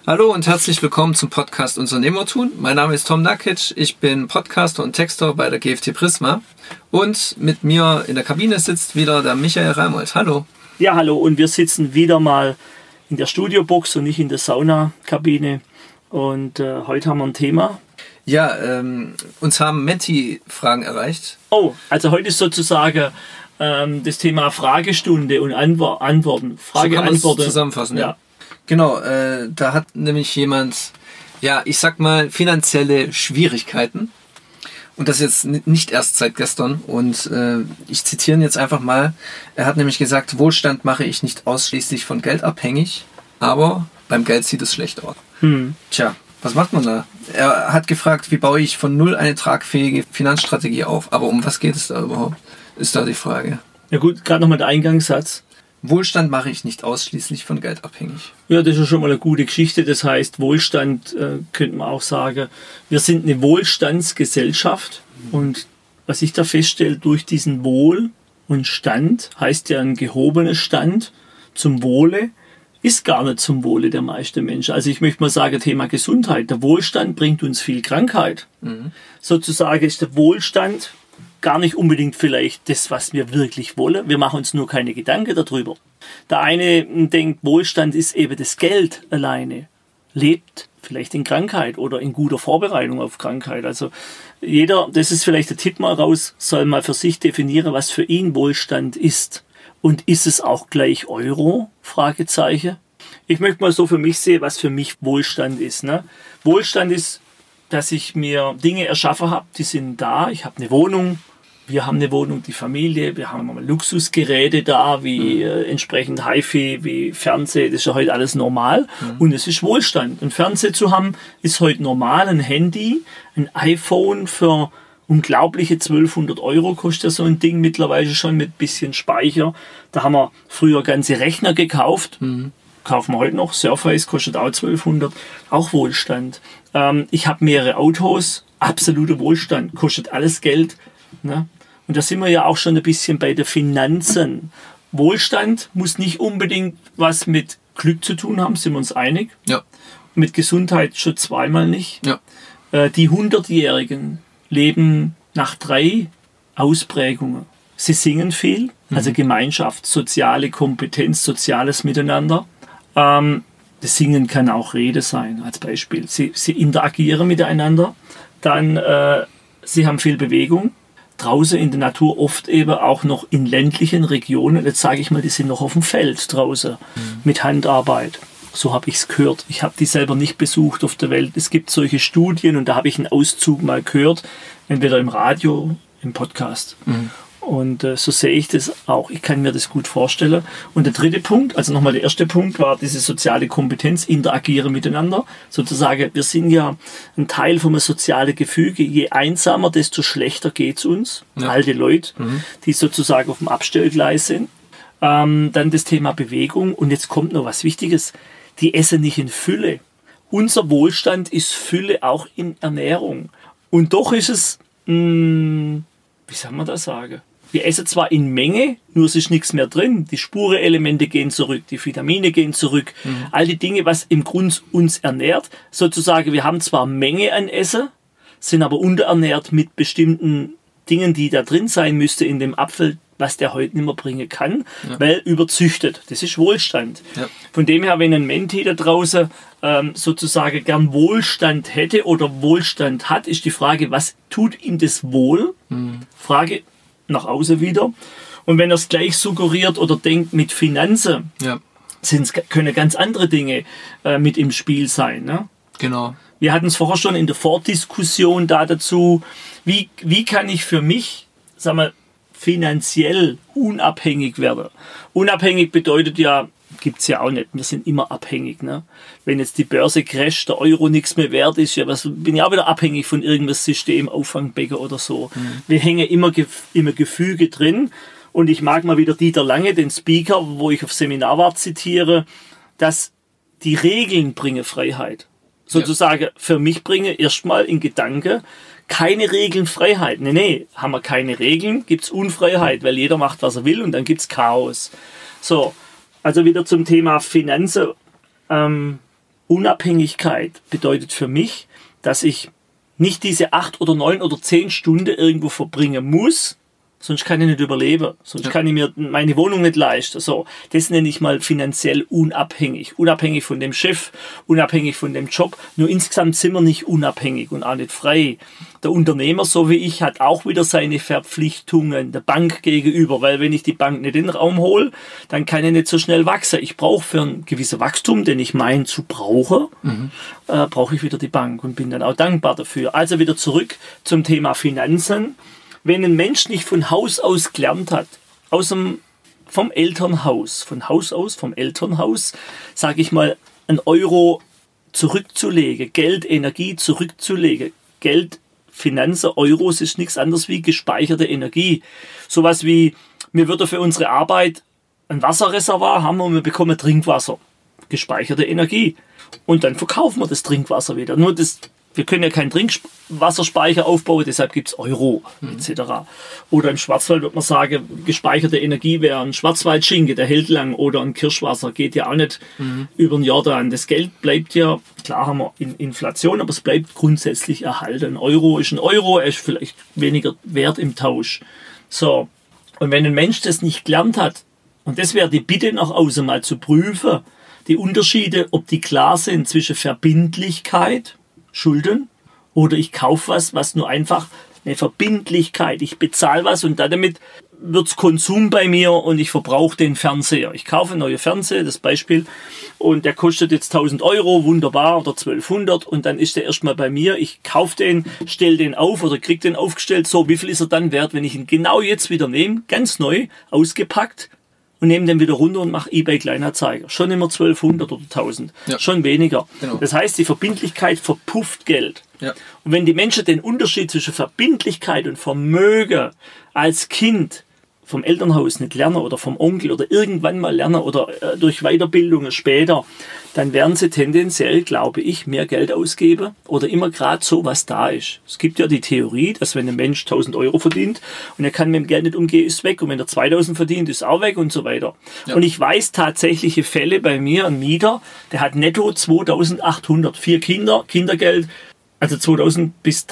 Hallo und herzlich willkommen zum Podcast Unternehmertun. Mein Name ist Tom Nakic, ich bin Podcaster und Texter bei der GFT Prisma und mit mir in der Kabine sitzt wieder der Michael Reimold. Hallo. Ja, hallo, und wir sitzen wieder mal in der Studiobox und nicht in der Saunakabine und heute haben wir ein Thema. Ja, uns haben Menti-Fragen erreicht. Oh, also heute ist sozusagen das Thema Fragestunde und Antworten. Frage-Antworten. So zusammenfassen, ja. Genau, da hat nämlich jemand, ja, ich sag mal, finanzielle Schwierigkeiten. Und das jetzt nicht erst seit gestern. Und ich zitiere ihn jetzt einfach mal. Er hat nämlich gesagt, Wohlstand mache ich nicht ausschließlich von Geld abhängig, aber beim Geld sieht es schlecht aus. Tja, was macht man da? Er hat gefragt, wie baue ich von null eine tragfähige Finanzstrategie auf? Aber um was geht es da überhaupt? Ist da die Frage. Ja gut, gerade nochmal der Eingangssatz. Wohlstand mache ich nicht ausschließlich von Geld abhängig. Ja, das ist schon mal eine gute Geschichte. Das heißt, Wohlstand könnte man auch sagen, wir sind eine Wohlstandsgesellschaft. Und was ich da feststelle, durch diesen Wohl und Stand, heißt ja ein gehobener Stand zum Wohle, ist gar nicht zum Wohle der meisten Menschen. Also ich möchte mal sagen, Thema Gesundheit. Der Wohlstand bringt uns viel Krankheit. Sozusagen ist der Wohlstand gar nicht unbedingt vielleicht das, was wir wirklich wollen. Wir machen uns nur keine Gedanken darüber. Der eine denkt, Wohlstand ist eben das Geld alleine. Lebt vielleicht in Krankheit oder in guter Vorbereitung auf Krankheit. Also jeder, das ist vielleicht der Tipp mal raus, soll mal für sich definieren, was für ihn Wohlstand ist. Und ist es auch gleich Euro? Fragezeichen. Ich möchte mal so für mich sehen, was für mich Wohlstand ist. Ne? Wohlstand ist, dass ich mir Dinge erschaffen habe, die sind da. Ich habe eine Wohnung. Wir haben eine Wohnung, die Familie, wir haben Luxusgeräte da, wie entsprechend HiFi, wie Fernsehen, das ist ja heute alles normal. Und es ist Wohlstand. Ein Fernseher zu haben, ist heute normal, ein Handy, ein iPhone für unglaubliche 1200 Euro kostet so ein Ding mittlerweile schon mit bisschen Speicher. Da haben wir früher ganze Rechner gekauft, kaufen wir heute noch, Surface kostet auch 1200, auch Wohlstand. Ich habe mehrere Autos, absoluter Wohlstand, kostet alles Geld. Ne? Und da sind wir ja auch schon ein bisschen bei den Finanzen. Wohlstand muss nicht unbedingt was mit Glück zu tun haben, sind wir uns einig? Ja. Mit Gesundheit schon zweimal nicht. Ja. Die 100-Jährigen leben nach 3 Ausprägungen. Sie singen viel, also Gemeinschaft, soziale Kompetenz, soziales Miteinander. Das Singen kann auch Rede sein, als Beispiel. Sie interagieren miteinander. Dann, sie haben viel Bewegung. Draußen in der Natur, oft eben auch noch in ländlichen Regionen. Jetzt sage ich mal, die sind noch auf dem Feld draußen mit Handarbeit. So habe ich es gehört. Ich habe die selber nicht besucht auf der Welt. Es gibt solche Studien und da habe ich einen Auszug mal gehört, entweder im Radio, im Podcast. Und so sehe ich das auch. Ich kann mir das gut vorstellen. Und der dritte Punkt, also nochmal der erste Punkt, war diese soziale Kompetenz, interagieren miteinander. Sozusagen, wir sind ja ein Teil von einem sozialen Gefüge. Je einsamer, desto schlechter geht es uns. Ja. Alte Leute, die sozusagen auf dem Abstellgleis sind. Dann das Thema Bewegung. Und jetzt kommt noch was Wichtiges. Die essen nicht in Fülle. Unser Wohlstand ist Fülle auch in Ernährung. Und doch ist es, wie soll man das sagen? Wir essen zwar in Menge, nur es ist nichts mehr drin. Die Spurenelemente gehen zurück, die Vitamine gehen zurück. All die Dinge, was im Grund uns ernährt. Sozusagen, wir haben zwar Menge an Essen, sind aber unterernährt mit bestimmten Dingen, die da drin sein müsste in dem Apfel, was der heute nicht mehr bringen kann, weil überzüchtet. Das ist Wohlstand. Ja. Von dem her, wenn ein Menti da draußen sozusagen gern Wohlstand hätte oder Wohlstand hat, ist die Frage, was tut ihm das wohl? Frage nach außen wieder. Und wenn er es gleich suggeriert oder denkt mit Finanzen, können ganz andere Dinge mit im Spiel sein. Ne? Genau. Wir hatten es vorher schon in der Vordiskussion dazu, wie kann ich für mich, sagen wir, finanziell unabhängig werden. Unabhängig bedeutet ja, gibt es ja auch nicht, wir sind immer abhängig. Ne? Wenn jetzt die Börse crasht, der Euro nichts mehr wert ist, bin ich auch wieder abhängig von irgendeinem System, Auffangbecken oder so. Wir hängen immer im Gefüge drin und ich mag mal wieder Dieter Lange, den Speaker, wo ich auf Seminar war, zitiere, dass die Regeln bringen Freiheit. Sozusagen für mich bringe erstmal in Gedanke, keine Regeln Freiheit. Nee, haben wir keine Regeln, gibt's Unfreiheit, weil jeder macht, was er will und dann gibt's Chaos. So, also wieder zum Thema Finanzen. Unabhängigkeit bedeutet für mich, dass ich nicht diese 8 oder 9 oder 10 Stunden irgendwo verbringen muss, sonst kann ich nicht überleben, sonst kann ich mir meine Wohnung nicht leisten. So, das nenne ich mal finanziell unabhängig. Unabhängig von dem Chef, unabhängig von dem Job. Nur insgesamt sind wir nicht unabhängig und auch nicht frei. Der Unternehmer, so wie ich, hat auch wieder seine Verpflichtungen der Bank gegenüber, weil wenn ich die Bank nicht in den Raum hole, dann kann ich nicht so schnell wachsen. Ich brauche für ein gewisses Wachstum, den ich meine zu brauche, brauche ich wieder die Bank und bin dann auch dankbar dafür. Also wieder zurück zum Thema Finanzen. Wenn ein Mensch nicht von Haus aus gelernt hat, vom Elternhaus, von Haus aus, vom Elternhaus, sage ich mal, einen Euro zurückzulegen, Geld, Energie zurückzulegen, Geld, Finanzen, Euros ist nichts anderes wie gespeicherte Energie. Sowas wie, wir würden für unsere Arbeit ein Wasserreservoir haben und wir bekommen Trinkwasser, gespeicherte Energie. Und dann verkaufen wir das Trinkwasser wieder. Nur wir können ja keinen Trinkwasserspeicher aufbauen, deshalb gibt es Euro etc. Oder im Schwarzwald würde man sagen, gespeicherte Energie wäre ein Schwarzwaldschinken, der hält lang, oder ein Kirschwasser, geht ja auch nicht über den Jordan. Das Geld bleibt ja, klar haben wir Inflation, aber es bleibt grundsätzlich erhalten. Ein Euro ist ein Euro, er ist vielleicht weniger wert im Tausch. So, und wenn ein Mensch das nicht gelernt hat, und das wäre die Bitte nach außen mal zu prüfen, die Unterschiede, ob die klar sind zwischen Verbindlichkeit, Schulden, oder ich kaufe was nur einfach eine Verbindlichkeit. Ich bezahle was und damit wird es Konsum bei mir und ich verbrauche den Fernseher. Ich kaufe einen neuen Fernseher, das Beispiel, und der kostet jetzt 1000 Euro, wunderbar, oder 1200, und dann ist der erstmal bei mir. Ich kaufe den, stelle den auf oder kriege den aufgestellt. So, wie viel ist er dann wert, wenn ich ihn genau jetzt wieder nehme, ganz neu, ausgepackt, und nehme den wieder runter und mache eBay Kleinanzeiger. Schon immer 1200 oder 1000. Ja. Schon weniger. Genau. Das heißt, die Verbindlichkeit verpufft Geld. Ja. Und wenn die Menschen den Unterschied zwischen Verbindlichkeit und Vermögen als Kind vom Elternhaus nicht lernen oder vom Onkel oder irgendwann mal lernen oder durch Weiterbildungen später, dann werden sie tendenziell, glaube ich, mehr Geld ausgeben oder immer gerade so, was da ist. Es gibt ja die Theorie, dass wenn ein Mensch 1000 Euro verdient und er kann mit dem Geld nicht umgehen, ist weg. Und wenn er 2000 verdient, ist auch weg und so weiter. Ja. Und ich weiß tatsächliche Fälle bei mir, ein Mieter, der hat netto 2800, 4 Kinder, Kindergeld, also 2000 bis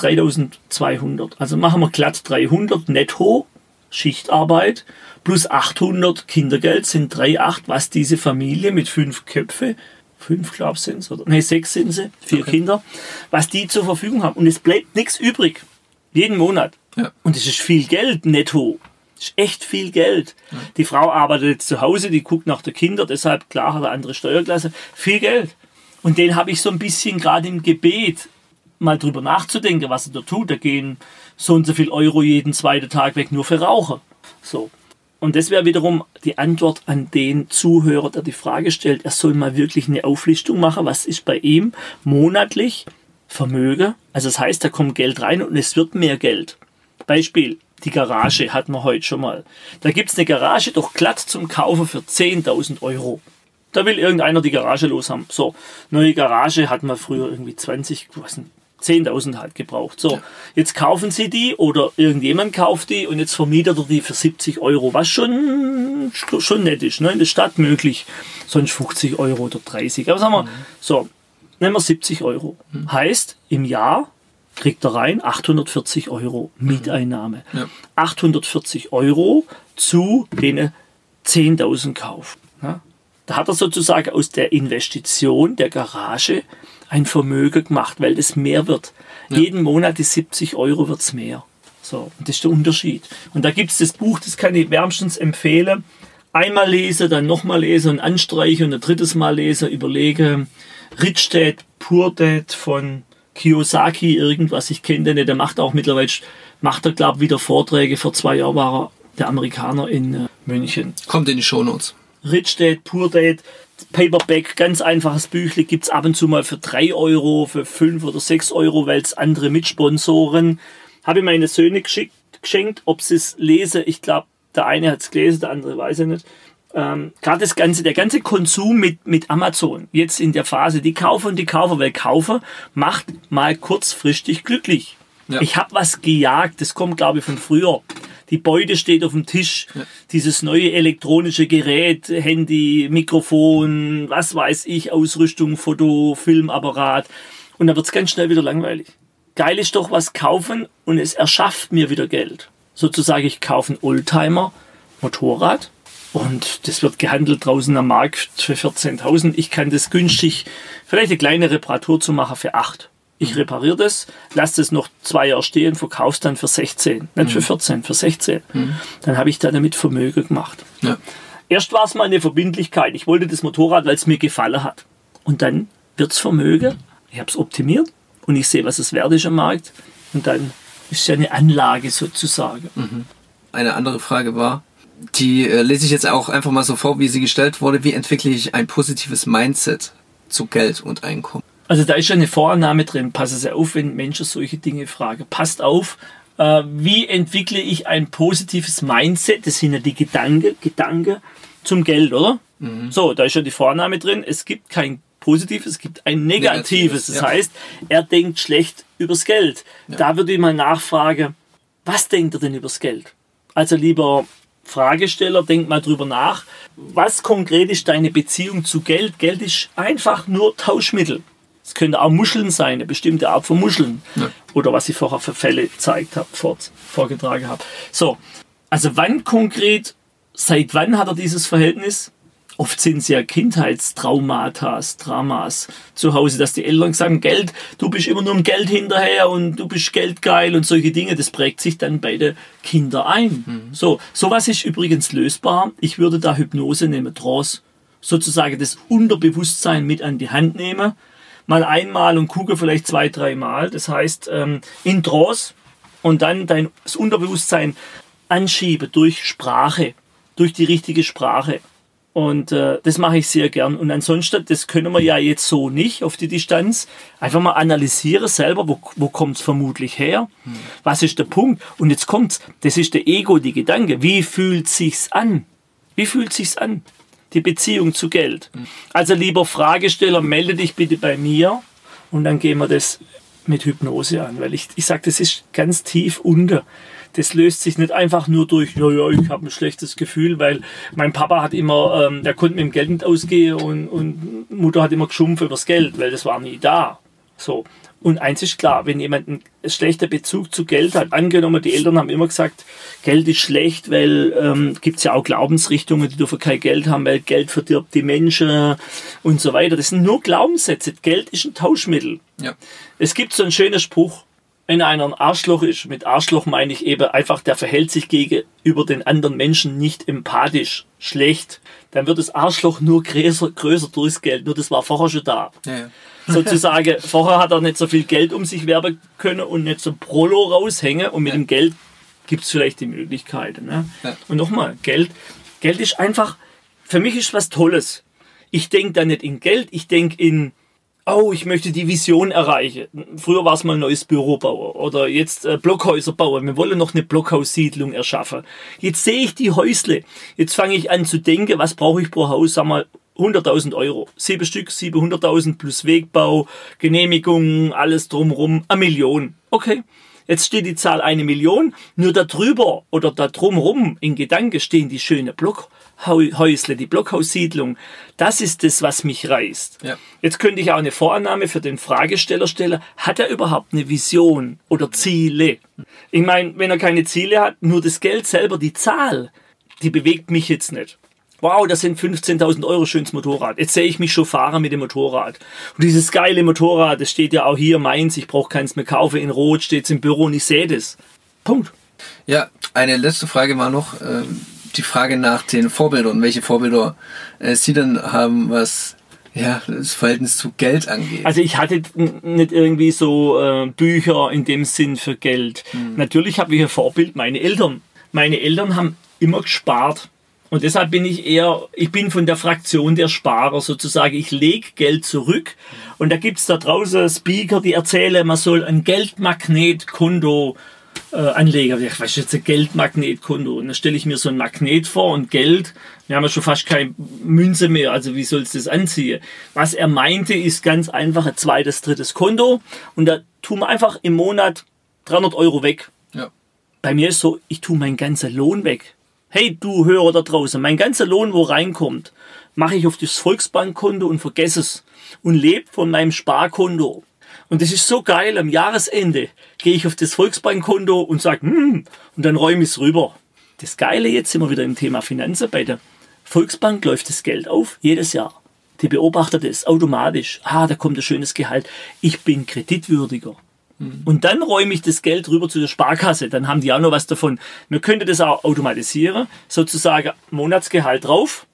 3200. Also machen wir glatt 300 netto, Schichtarbeit, plus 800 Kindergeld sind 3,8, was diese Familie mit 5 Köpfe, 5 glaube ich sind es, oder 6 sind sie, 4 Kinder, was die zur Verfügung haben. Und es bleibt nichts übrig, jeden Monat. Ja. Und es ist viel Geld netto. Das ist echt viel Geld. Ja. Die Frau arbeitet jetzt zu Hause, die guckt nach den Kindern, deshalb klar hat er andere Steuerklasse. Viel Geld. Und den habe ich so ein bisschen gerade im Gebet mal drüber nachzudenken, was er da tut. Da gehen so und so viel Euro jeden zweiten Tag weg, nur für Raucher. So. Und das wäre wiederum die Antwort an den Zuhörer, der die Frage stellt, er soll mal wirklich eine Auflistung machen, was ist bei ihm monatlich Vermögen. Also das heißt, da kommt Geld rein und es wird mehr Geld. Beispiel, die Garage hatten wir heute schon mal. Da gibt es eine Garage doch glatt zum Kaufen für 10.000 Euro. Da will irgendeiner die Garage los haben. So, neue Garage hatten wir früher irgendwie 10.000 halt gebraucht. So, jetzt kaufen sie die oder irgendjemand kauft die und jetzt vermietet er die für 70 Euro, was schon nett ist, ne? In der Stadt möglich, sonst 50 Euro oder 30. Aber sagen wir, so, nehmen wir 70 Euro. Heißt, im Jahr kriegt er rein 840 Euro Mieteinnahme. Ja. 840 Euro zu den 10.000 Kauf. Ja? Da hat er sozusagen aus der Investition der Garage ein Vermögen gemacht, weil das mehr wird. Ja. Jeden Monat die 70 Euro wird es mehr. So, und das ist der Unterschied. Und da gibt es das Buch, das kann ich wärmstens empfehlen. Einmal lesen, dann nochmal lesen und anstreichen und ein drittes Mal lesen, überlege. Rich Dad, Poor Dad von Kiyosaki, irgendwas, ich kenne den nicht. Der macht auch mittlerweile, glaube ich, wieder Vorträge. Vor 2 Jahren war er der Amerikaner in München. Kommt in die Shownotes. Rich Dad, Poor Dad, Paperback, ganz einfaches Büchle, gibt es ab und zu mal für 3 Euro, für 5 oder 6 Euro, weil es andere Mitsponsoren. Habe ich meine Söhne geschenkt, ob sie es lesen. Ich glaube, der eine hat es gelesen, der andere weiß ich nicht. Gerade der ganze Konsum mit Amazon, jetzt in der Phase, die kaufen, weil kaufen macht mal kurzfristig glücklich. Ja. Ich habe was gejagt, das kommt, glaube ich, von früher. Die Beute steht auf dem Tisch. Ja. Dieses neue elektronische Gerät, Handy, Mikrofon, was weiß ich, Ausrüstung, Foto, Filmapparat. Und dann wird es ganz schnell wieder langweilig. Geil ist doch was kaufen und es erschafft mir wieder Geld. Sozusagen, ich kaufe einen Oldtimer, Motorrad, und das wird gehandelt draußen am Markt für 14.000. Ich kann das günstig, vielleicht eine kleine Reparatur zu machen für 8. Ich repariere das, lasse das noch 2 Jahre stehen, verkaufe es dann für 16. Nicht für 14, für 16. Dann habe ich da damit Vermögen gemacht. Ja. Erst war es mal eine Verbindlichkeit. Ich wollte das Motorrad, weil es mir gefallen hat. Und dann wird es Vermögen. Ich habe es optimiert und ich sehe, was es wert ist am Markt. Und dann ist es ja eine Anlage sozusagen. Eine andere Frage war, die lese ich jetzt auch einfach mal so vor, wie sie gestellt wurde. Wie entwickle ich ein positives Mindset zu Geld und Einkommen? Also da ist ja eine Vorannahme drin. Passen Sie auf, wenn Menschen solche Dinge fragen. Passt auf, wie entwickle ich ein positives Mindset? Das sind ja die Gedanken zum Geld, oder? So, da ist ja die Vorannahme drin. Es gibt kein Positives, es gibt ein Negatives. Das heißt, er denkt schlecht übers Geld. Ja. Da würde ich mal nachfragen, was denkt er denn übers Geld? Also lieber Fragesteller, denk mal drüber nach. Was konkret ist deine Beziehung zu Geld? Geld ist einfach nur Tauschmittel. Es können auch Muscheln sein, eine bestimmte Art von Muscheln. Ja. Oder was ich vorher für Fälle vorgetragen habe. So, also wann konkret, seit wann hat er dieses Verhältnis? Oft sind es ja Kindheitstraumatas, Dramas zu Hause, dass die Eltern sagen, Geld, du bist immer nur um Geld hinterher und du bist geldgeil und solche Dinge. Das prägt sich dann bei den Kindern ein. So, sowas ist übrigens lösbar. Ich würde da Hypnose nehmen, Trance, sozusagen das Unterbewusstsein mit an die Hand nehmen. Mal einmal und gucke vielleicht 2, 3 Mal. Das heißt, in Trance und dann das Unterbewusstsein anschiebe durch Sprache, durch die richtige Sprache. Und das mache ich sehr gern. Und ansonsten, das können wir ja jetzt so nicht auf die Distanz. Einfach mal analysieren selber, wo kommt es vermutlich her? Was ist der Punkt? Und jetzt kommt's, das ist der Ego, die Gedanke. Wie fühlt sich's an? Wie fühlt sich's an? Die Beziehung zu Geld. Also lieber Fragesteller, melde dich bitte bei mir und dann gehen wir das mit Hypnose an. Weil ich sage, das ist ganz tief unten. Das löst sich nicht einfach nur durch, ja, ich habe ein schlechtes Gefühl, weil mein Papa hat immer, der konnte mit dem Geld nicht ausgehen und Mutter hat immer geschumpft übers Geld, weil das war nie da. So. Und eins ist klar, wenn jemand einen schlechten Bezug zu Geld hat, angenommen, die Eltern haben immer gesagt, Geld ist schlecht, weil gibt's ja auch Glaubensrichtungen, die dürfen kein Geld haben, weil Geld verdirbt die Menschen und so weiter. Das sind nur Glaubenssätze. Geld ist ein Tauschmittel. Ja. Es gibt so einen schönen Spruch, wenn einer ein Arschloch ist, mit Arschloch meine ich eben einfach, der verhält sich gegenüber den anderen Menschen nicht empathisch, schlecht, dann wird das Arschloch nur größer durchs Geld, nur das war vorher schon da. Ja. Sozusagen, vorher hat er nicht so viel Geld um sich werben können und nicht so Prolo raushängen und mit dem Geld gibt es vielleicht die Möglichkeiten. Ne? Ja. Und nochmal, Geld ist einfach, für mich ist was Tolles. Ich denke da nicht in Geld, ich denke in, oh, ich möchte die Vision erreichen. Früher war es mal ein neues Büro bauen oder jetzt Blockhäuser bauen. Wir wollen noch eine Blockhaussiedlung erschaffen. Jetzt sehe ich die Häusle. Jetzt fange ich an zu denken, was brauche ich pro Haus? Sag mal, 100.000 Euro. 7 Stück, 700.000 plus Wegbau, Genehmigungen, alles drumherum. 1 Million. Okay. Jetzt steht die Zahl 1 Million. Nur da drüber oder da drumherum in Gedanken stehen die schönen Blockhäusle, die Blockhaussiedlung. Das ist das, was mich reißt. Ja. Jetzt könnte ich auch eine Vorannahme für den Fragesteller stellen. Hat er überhaupt eine Vision oder Ziele? Ich meine, wenn er keine Ziele hat, nur das Geld selber, die Zahl, die bewegt mich jetzt nicht. Wow, das sind 15.000 Euro, schönes Motorrad. Jetzt sehe ich mich schon fahren mit dem Motorrad. Und dieses geile Motorrad, das steht ja auch hier, meins, ich brauche keins mehr kaufen. In Rot steht es im Büro und ich sehe das. Punkt. Ja, eine letzte Frage war noch die Frage nach den Vorbildern. Welche Vorbilder Sie denn haben, was das Verhältnis zu Geld angeht? Also ich hatte nicht irgendwie so Bücher in dem Sinn für Geld. Natürlich habe ich ein Vorbild, meine Eltern. Meine Eltern haben immer gespart. Und deshalb bin ich bin von der Fraktion der Sparer sozusagen. Ich lege Geld zurück. Und da gibt's da draußen Speaker, die erzählen, man soll ein Geldmagnetkonto anlegen. Was ist jetzt ein Geldmagnetkonto? Und dann stelle ich mir so ein Magnet vor und Geld. Wir haben ja schon fast keine Münze mehr. Also wie soll es das anziehen? Was er meinte, ist ganz einfach ein 2., 3. Konto. Und da tun wir einfach im Monat 300 Euro weg. Ja. Bei mir ist so, ich tue meinen ganzen Lohn weg. Hey, du Hörer da draußen, mein ganzer Lohn, wo reinkommt, mache ich auf das Volksbankkonto und vergesse es und lebe von meinem Sparkonto. Und das ist so geil, am Jahresende gehe ich auf das Volksbankkonto und sage, und dann räume ich es rüber. Das Geile, jetzt sind wir wieder im Thema Finanzen. Bei der Volksbank läuft das Geld auf, jedes Jahr. Die beobachtet es automatisch. Da kommt ein schönes Gehalt. Ich bin kreditwürdiger. Und dann räume ich das Geld rüber zu der Sparkasse. Dann haben die auch noch was davon. Man könnte das auch automatisieren. Sozusagen Monatsgehalt drauf,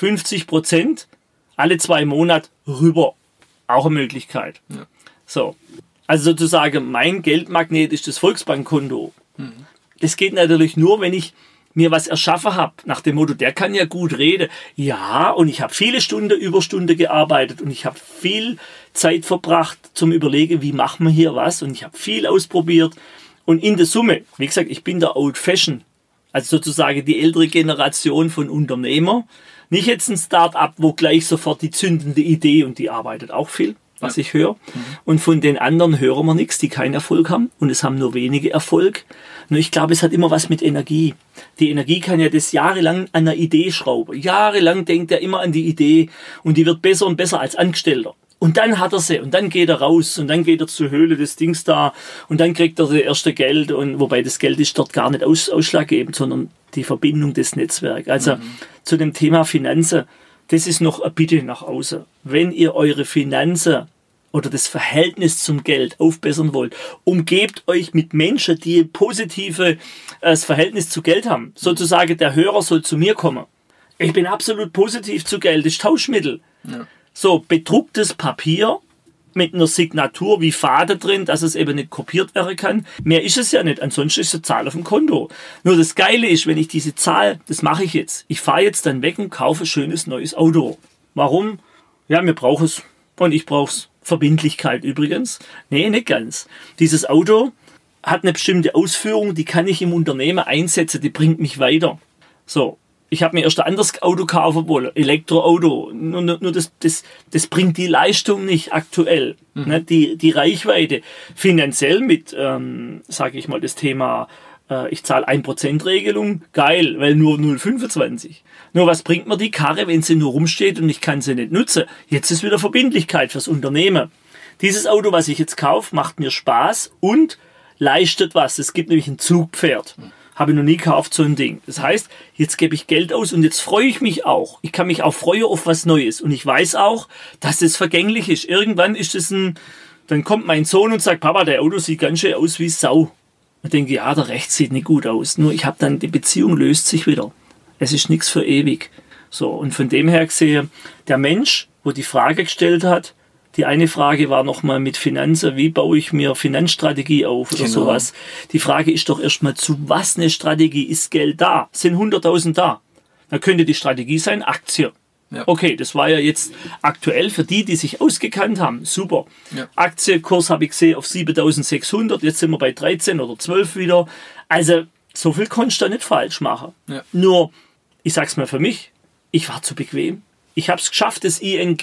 50%, alle 2 Monate rüber. Auch eine Möglichkeit. Ja. So. Also sozusagen mein Geldmagnet ist das Volksbankkonto. Das geht natürlich nur, wenn ich mir was erschaffen habe, nach dem Motto, der kann ja gut reden. Ja, und ich habe viele Überstunden gearbeitet und ich habe viel Zeit verbracht zum Überlegen, wie machen wir hier was, und ich habe viel ausprobiert, und in der Summe, wie gesagt, ich bin der Old Fashion, also sozusagen die ältere Generation von Unternehmer, nicht jetzt ein Start-up, wo gleich sofort die zündende Idee, und die arbeitet auch viel, was ich höre. Und von den anderen hören wir nichts, die keinen Erfolg haben, und es haben nur wenige Erfolg. Nur ich glaube, es hat immer was mit Energie. Die Energie kann ja das jahrelang an einer Idee schrauben. Jahrelang denkt er immer an die Idee, und die wird besser und besser als Angestellter. Und dann hat er sie, und dann geht er raus, und dann geht er zur Höhle des Dings da, und dann kriegt er das erste Geld, und wobei das Geld ist dort gar nicht ausschlaggebend, sondern die Verbindung des Netzwerks. Also zu dem Thema Finanzen, das ist noch eine Bitte nach außen. Wenn ihr eure Finanzen oder das Verhältnis zum Geld aufbessern wollt, umgebt euch mit Menschen, die ein positives Verhältnis zu Geld haben. Sozusagen, der Hörer soll zu mir kommen. Ich bin absolut positiv zu Geld, das ist Tauschmittel. Ja. So, bedrucktes Papier mit einer Signatur wie Faden drin, dass es eben nicht kopiert werden kann. Mehr ist es ja nicht, ansonsten ist eine Zahl auf dem Konto. Nur das Geile ist, wenn ich diese Zahl, das mache ich jetzt. Ich fahre jetzt dann weg und kaufe ein schönes neues Auto. Warum? Ja, mir braucht es, und ich brauche es. Verbindlichkeit übrigens. Nee, nicht ganz. Dieses Auto hat eine bestimmte Ausführung, die kann ich im Unternehmen einsetzen, die bringt mich weiter. So, ich habe mir erst ein anderes Auto kaufen wollen, Elektroauto. Nur das bringt die Leistung nicht aktuell. Ne? Die Reichweite. Finanziell mit, sage ich mal, das Thema, ich zahle 1%-Regelung, geil, weil nur 0,25. Nur was bringt mir die Karre, wenn sie nur rumsteht und ich kann sie nicht nutzen? Jetzt ist wieder Verbindlichkeit fürs Unternehmen. Dieses Auto, was ich jetzt kaufe, macht mir Spaß und leistet was. Es gibt nämlich ein Zugpferd. Habe ich noch nie gekauft, so ein Ding. Das heißt, jetzt gebe ich Geld aus und jetzt freue ich mich auch. Ich kann mich auch freuen auf was Neues. Und ich weiß auch, dass es vergänglich ist. Irgendwann ist es dann kommt mein Sohn und sagt, Papa, der Auto sieht ganz schön aus wie Sau. Ich denke, ja, der Rechts sieht nicht gut aus. Nur ich habe dann, die Beziehung löst sich wieder. Es ist nichts für ewig. So, und von dem her gesehen, der Mensch, wo die Frage gestellt hat, die eine Frage war nochmal mit Finanzen, wie baue ich mir Finanzstrategie auf oder sowas. Die Frage ist doch erstmal, zu was eine Strategie, ist Geld da? Sind 100.000 da? Dann könnte die Strategie sein, Aktie. Ja. Okay, das war ja jetzt aktuell für die sich ausgekannt haben. Super. Ja. Aktienkurs habe ich gesehen auf 7.600, jetzt sind wir bei 13 oder 12 wieder. Also so viel konntest du da nicht falsch machen. Ja. Nur, ich sag's mal für mich, ich war zu bequem. Ich habe es geschafft, das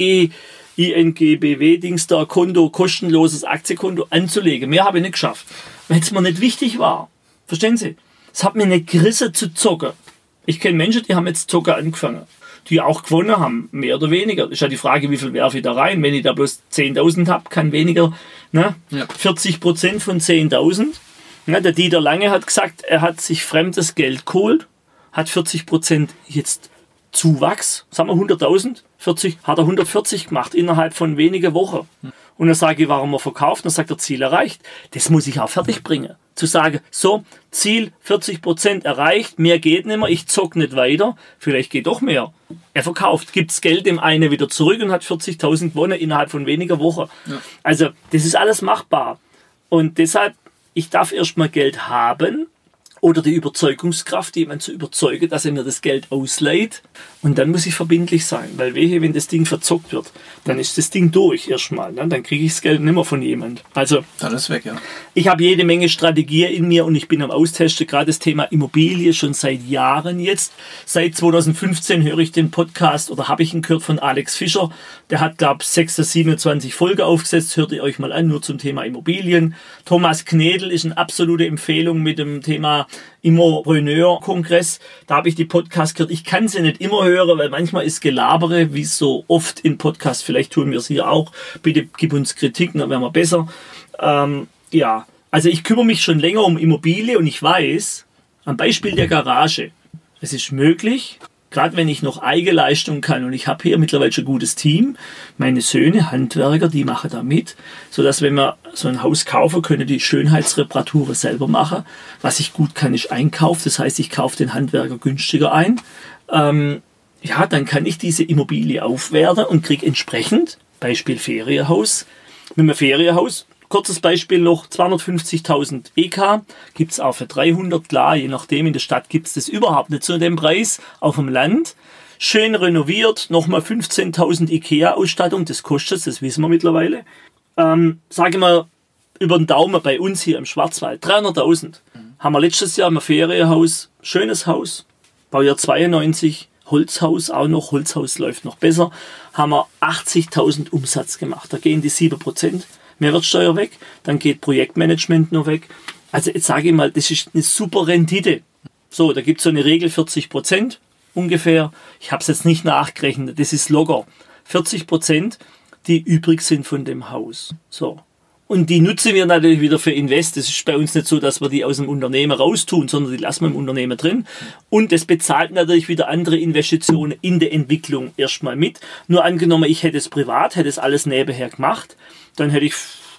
INGBW-Dings da, Konto, kostenloses Aktienkonto anzulegen. Mehr habe ich nicht geschafft, weil es mir nicht wichtig war. Verstehen Sie? Es hat mir nicht gerissen zu zocken. Ich kenne Menschen, die haben jetzt Zocken angefangen, die auch gewonnen haben, mehr oder weniger. Das ist ja die Frage, wie viel werfe ich da rein. Wenn ich da bloß 10.000 habe, kann weniger, ne? Ja. 40% von 10.000. Ja, der Dieter Lange hat gesagt, er hat sich fremdes Geld geholt, hat 40% jetzt Zuwachs, sagen wir 100.000, 40, hat er 140 gemacht innerhalb von wenigen Wochen. Und dann sage ich, warum er verkauft? Dann sagt er, Ziel erreicht. Das muss ich auch fertig bringen. Zu sagen, so, Ziel 40% erreicht, mehr geht nicht mehr, ich zock nicht weiter, vielleicht geht doch mehr. Er verkauft, gibt das Geld dem einen wieder zurück und hat 40.000 gewonnen innerhalb von weniger Wochen. Ja. Also, das ist alles machbar. Und deshalb, ich darf erstmal Geld haben oder die Überzeugungskraft, jemanden zu überzeugen, dass er mir das Geld ausleiht. Und dann muss ich verbindlich sein, weil wenn das Ding verzockt wird, dann ist das Ding durch erstmal. Ne? Dann kriege ich das Geld nicht mehr von jemand. Also, dann ist weg, ja. Ich habe jede Menge Strategien in mir und ich bin am Austesten, gerade das Thema Immobilie schon seit Jahren jetzt. Seit 2015 höre ich den Podcast oder habe ich ihn gehört von Alex Fischer. Der hat, glaube ich, 27 Folgen aufgesetzt. Hört ihr euch mal an, nur zum Thema Immobilien. Thomas Knedel ist eine absolute Empfehlung mit dem Thema Immopreneur-Kongress. Da habe ich die Podcasts gehört. Ich kann sie nicht immer hören, weil manchmal ist Gelabere, wie so oft in Podcasts. Vielleicht tun wir es hier auch. Bitte gib uns Kritik, dann werden wir besser. Ja, also ich kümmere mich schon länger um Immobilie und ich weiß, am Beispiel der Garage, es ist möglich, gerade wenn ich noch Eigenleistung kann und ich habe hier mittlerweile schon ein gutes Team, meine Söhne, Handwerker, die machen da mit, sodass wenn wir so ein Haus kaufen, können die Schönheitsreparaturen selber machen. Was ich gut kann, ist Einkauf, das heißt, ich kaufe den Handwerker günstiger ein. Ja, dann kann ich diese Immobilie aufwerten und kriege entsprechend, Beispiel Ferienhaus, mit einem Ferienhaus, kurzes Beispiel noch, 250.000 EK, gibt es auch für 300, klar, je nachdem, in der Stadt gibt es das überhaupt nicht zu dem Preis, auf dem Land, schön renoviert, nochmal 15.000 IKEA-Ausstattung, das kostet, das wissen wir mittlerweile, sage mal, über den Daumen bei uns hier im Schwarzwald, 300.000, haben wir letztes Jahr im Ferienhaus, schönes Haus, Baujahr 92, Holzhaus auch noch, Holzhaus läuft noch besser, haben wir 80.000 Umsatz gemacht, da gehen die 7% Mehrwertsteuer weg, dann geht Projektmanagement noch weg. Also jetzt sage ich mal, das ist eine super Rendite. So, da gibt es so eine Regel, 40% ungefähr. Ich habe es jetzt nicht nachgerechnet, das ist locker. 40%, die übrig sind von dem Haus. So. Und die nutzen wir natürlich wieder für Invest. Das ist bei uns nicht so, dass wir die aus dem Unternehmen raustun, sondern die lassen wir im Unternehmen drin. Und das bezahlt natürlich wieder andere Investitionen in der Entwicklung erstmal mit. Nur angenommen, ich hätte es privat, hätte es alles nebenher gemacht, dann hätte ich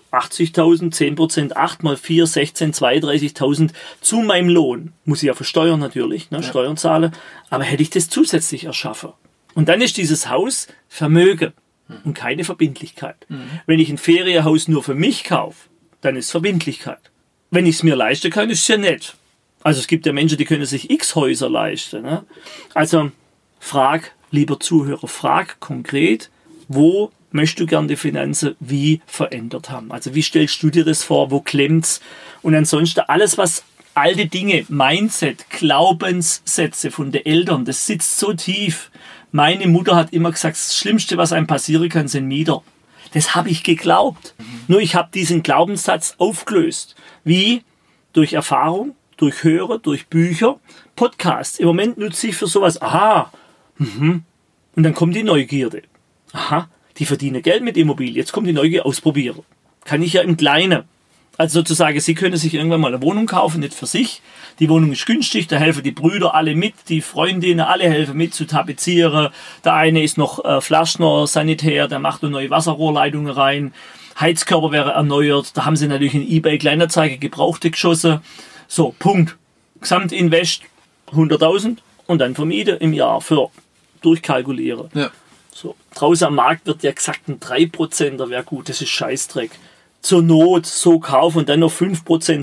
80.000, 10%, 8 mal 4, 16, 32.000 zu meinem Lohn. Muss ich ja versteuern natürlich, ne, Steuern zahlen. Aber hätte ich das zusätzlich erschaffen. Und dann ist dieses Haus Vermögen und keine Verbindlichkeit. Wenn ich ein Ferienhaus nur für mich kaufe, dann ist Verbindlichkeit. Wenn ich es mir leisten kann, ist es ja nett. Also es gibt ja Menschen, die können sich x Häuser leisten. Ne? Also frag, lieber Zuhörer, frag konkret, wo möchtest du gern die Finanzen wie verändert haben? Also wie stellst du dir das vor? Wo klemmt's? Und ansonsten alles, was alte Dinge, Mindset, Glaubenssätze von den Eltern, das sitzt so tief. Meine Mutter hat immer gesagt, das Schlimmste, was einem passieren kann, sind Mieter. Das habe ich geglaubt. Nur ich habe diesen Glaubenssatz aufgelöst. Wie? Durch Erfahrung, durch Hören, durch Bücher, Podcasts. Im Moment nutze ich für sowas. Aha. Und dann kommt die Neugierde. Aha. Die verdienen Geld mit Immobilien. Jetzt kommt die Neugier, ausprobieren. Kann ich ja im Kleinen. Also sozusagen, Sie können sich irgendwann mal eine Wohnung kaufen, nicht für sich. Die Wohnung ist günstig, da helfen die Brüder alle mit, die Freundinnen, alle helfen mit zu tapezieren. Der eine ist noch Flaschner, Sanitär, der macht eine neue Wasserrohrleitungen rein. Heizkörper wäre erneuert. Da haben sie natürlich in eBay Kleinanzeige Gebrauchte geschossen. So, Punkt. Gesamtinvest 100.000 und dann vermieten im Jahr für durchkalkulieren. Ja. So, draußen am Markt wird ja gesagt, ein 3%er wäre gut, das ist Scheißdreck. Zur Not so kaufen und dann noch 5%,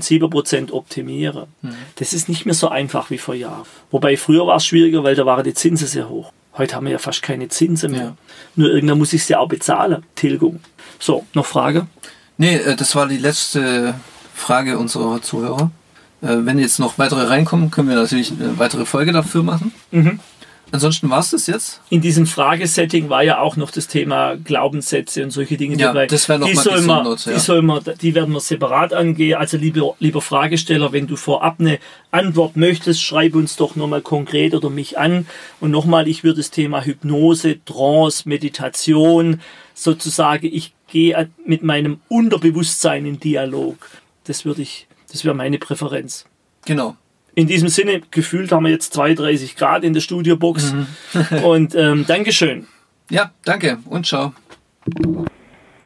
7% optimieren. Das ist nicht mehr so einfach wie vor Jahren. Wobei früher war es schwieriger, weil da waren die Zinsen sehr hoch. Heute haben wir ja fast keine Zinsen mehr. Ja. Nur irgendwann muss ich es ja auch bezahlen, Tilgung. So, noch Frage? Nee, das war die letzte Frage unserer Zuhörer. Wenn jetzt noch weitere reinkommen, können wir natürlich eine weitere Folge dafür machen. Ansonsten war es das jetzt? In diesem Fragesetting war ja auch noch das Thema Glaubenssätze und solche Dinge dabei. Das wäre nochmal die werden wir separat angehen. Also lieber Fragesteller, wenn du vorab eine Antwort möchtest, schreib uns doch nochmal konkret oder mich an. Und nochmal, ich würde das Thema Hypnose, Trance, Meditation, sozusagen, ich gehe mit meinem Unterbewusstsein in Dialog. Das wäre meine Präferenz. Genau. In diesem Sinne, gefühlt haben wir jetzt 32 Grad in der Studiobox. Und Dankeschön. Ja, danke und ciao.